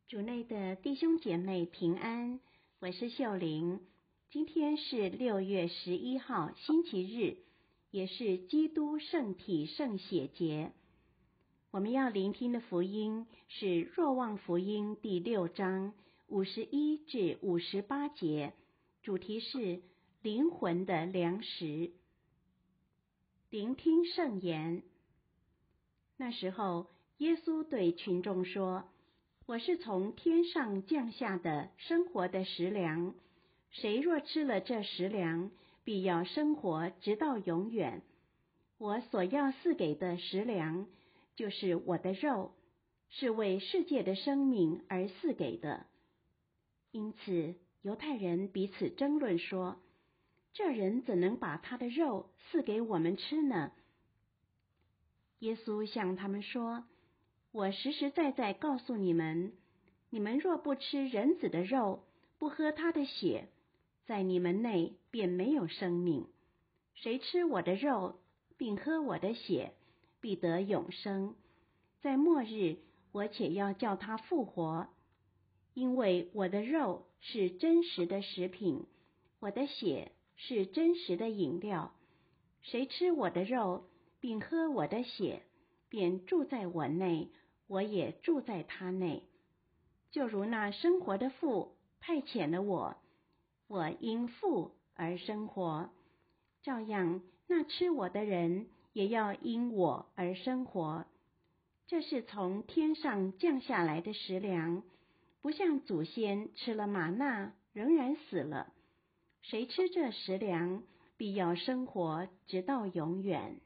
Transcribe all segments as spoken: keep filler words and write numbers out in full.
主内的弟兄姐妹平安，我是秀玲。今天是六月十一号星期日，也是基督圣体圣血节。我们要聆听的福音是若望福音第六章五十一至五十八节，主题是灵魂的粮食。聆听圣言。那时候，耶稣对群众说，我是从天上降下的生活的食粮，谁若吃了这食粮，必要生活直到永远。我所要赐给的食粮，就是我的肉，是为世界的生命而赐给的。因此，犹太人彼此争论说，这人怎能把他的肉赐给我们吃呢？耶稣向他们说，我实实在在告诉你们，你们若不吃人子的肉，不喝他的血，在你们内便没有生命。谁吃我的肉，并喝我的血，必得永生。在末日，我且要叫他复活，因为我的肉是真实的食品，我的血是真实的饮料。谁吃我的肉，并喝我的血，便住在我内，我也住在他内。就如那生活的父派遣了我，我因父而生活，照样那吃我的人也要因我而生活。这是从天上降下来的食粮，不像祖先吃了玛纳仍然死了。谁吃这食粮，必要生活直到永远。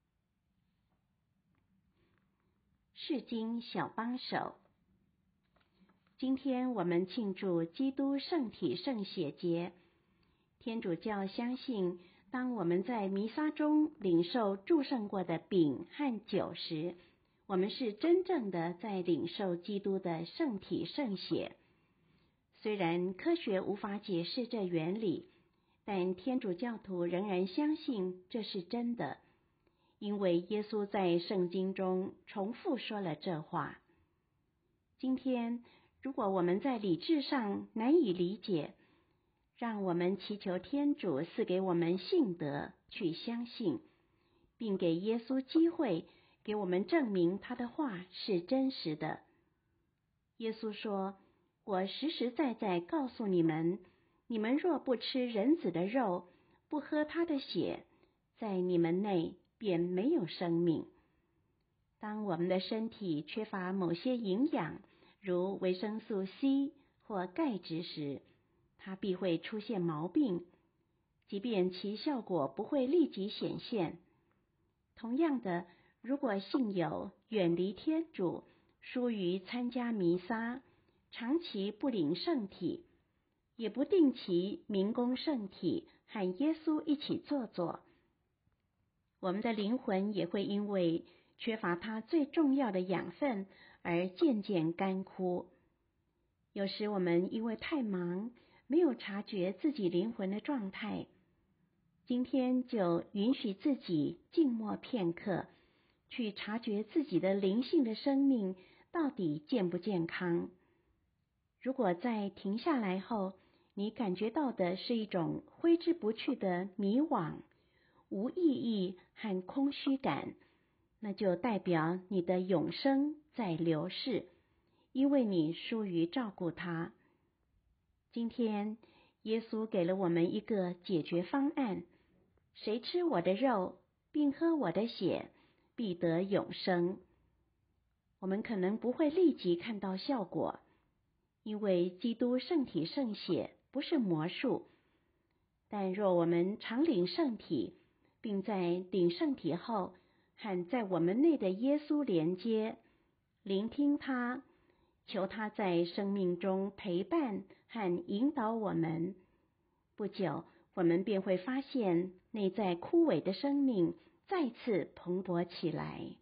释经小帮手。今天我们庆祝基督圣体圣血节。天主教相信，当我们在弥撒中领受祝圣过的饼和酒时，我们是真正的在领受基督的圣体圣血。虽然科学无法解释这原理，但天主教徒仍然相信这是真的，因为耶稣在圣经中重复说了这话。今天，如果我们在理智上难以理解，让我们祈求天主赐给我们信德去相信，并给耶稣机会给我们证明他的话是真实的。耶稣说，我实实在在告诉你们，你们若不吃人子的肉，不喝他的血，在你们内便没有生命。当我们的身体缺乏某些营养，如维生素 C 或钙质时，它必会出现毛病，即便其效果不会立即显现。同样的，如果信友远离天主，疏于参加弥撒，长期不领圣体，也不定期明供圣体，和耶稣一起坐坐，我们的灵魂也会因为缺乏它最重要的养分而渐渐干枯。有时我们因为太忙，没有察觉自己灵魂的状态。今天就允许自己静默片刻，去察觉自己的灵性的生命到底健不健康。如果在停下来后，你感觉到的是一种挥之不去的迷惘、无意义和空虚感，那就代表你的永生在流逝，因为你疏于照顾它。今天，耶稣给了我们一个解决方案，谁吃我的肉，并喝我的血，必得永生。我们可能不会立即看到效果，因为基督圣体圣血不是魔术，但若我们常领圣体，并在领圣体后和在我们内的耶稣连接，聆听他，求他在生命中陪伴和引导我们，不久我们便会发现内在枯萎的生命再次蓬勃起来。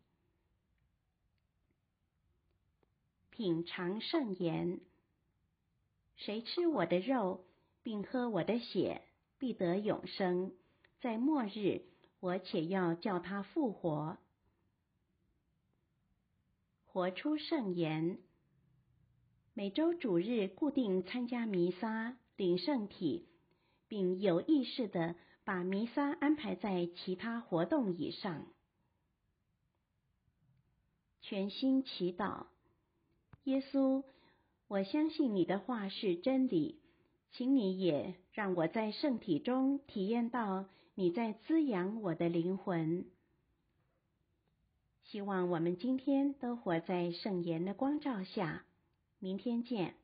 品尝圣言。谁吃我的肉，并喝我的血，必得永生。在末日，我且要叫他复活。活出圣言。 每周主日固定参加弥撒、领圣体，并有意识地把弥撒安排在其他活动以上。全心祈祷。耶稣，我相信你的话是真理，请你也让我在圣体中体验到你在滋养我的灵魂。希望我们今天都活在圣言的光照下。明天见。